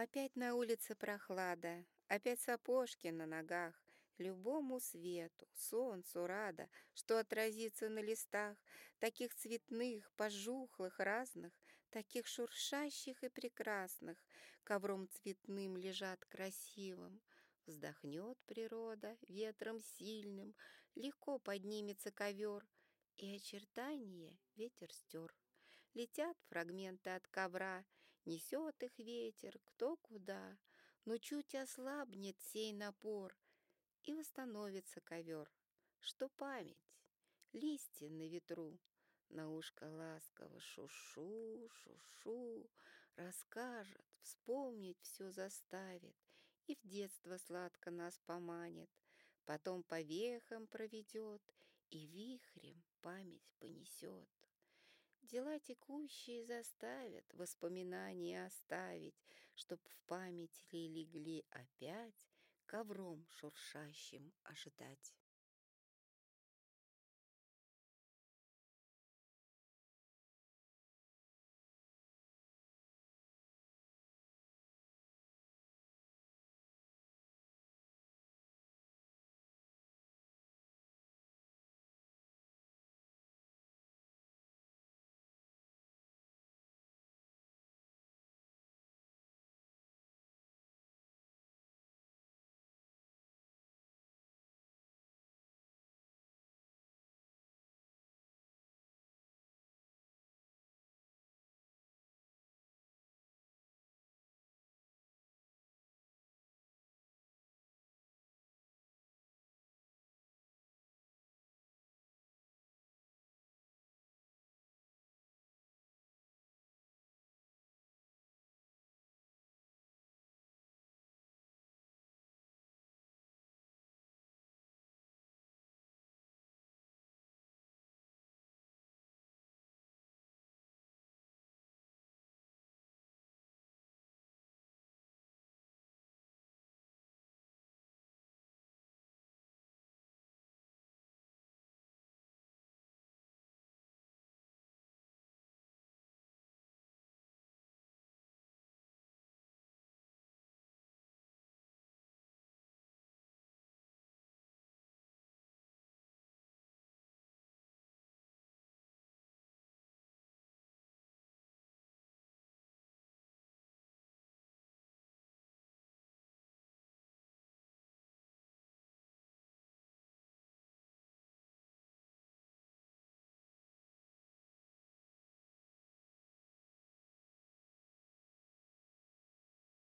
Опять на улице прохлада, опять сапожки на ногах, любому свету, солнцу рада, что отразится на листах, таких цветных, пожухлых, разных, таких шуршащих и прекрасных, ковром цветным лежат красивым. Вздохнет природа ветром сильным, легко поднимется ковер, и очертания ветер стер. Летят фрагменты от ковра, несет их ветер кто куда, но чуть ослабнет сей напор, и восстановится ковер, что память, листья на ветру. На ушко ласково шушу, шушу, расскажет, вспомнить все заставит и в детство сладко нас поманит, потом по вехам проведет и вихрем память понесет. Дела текущие заставят воспоминания оставить, чтоб в память ли легли опять ковром шуршащим ожидать.